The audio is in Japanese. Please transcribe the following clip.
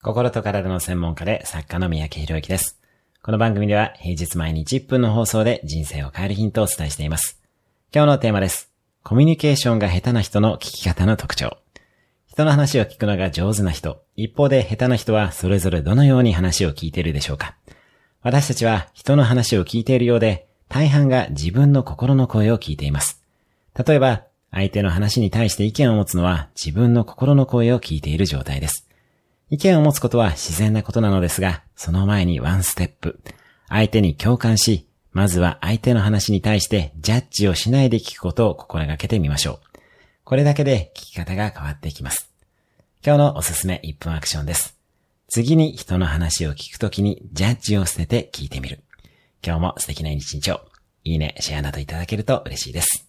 心と体の専門家で作家の三宅宏之です。この番組では平日毎日1分の放送で人生を変えるヒントをお伝えしています。今日のテーマです。コミュニケーションが下手な人の聞き方の特徴。人の話を聞くのが上手な人、一方で下手な人はそれぞれどのように話を聞いているでしょうか。私たちは人の話を聞いているようで、大半が自分の心の声を聞いています。例えば、相手の話に対して意見を持つのは自分の心の声を聞いている状態です。意見を持つことは自然なことなのですが、その前にワンステップ。相手に共感し、まずは相手の話に対してジャッジをしないで聞くことを心がけてみましょう。これだけで聞き方が変わっていきます。今日のおすすめ1分アクションです。次に人の話を聞くときにジャッジを捨てて聞いてみる。今日も素敵な一日を。いいね、シェアなどいただけると嬉しいです。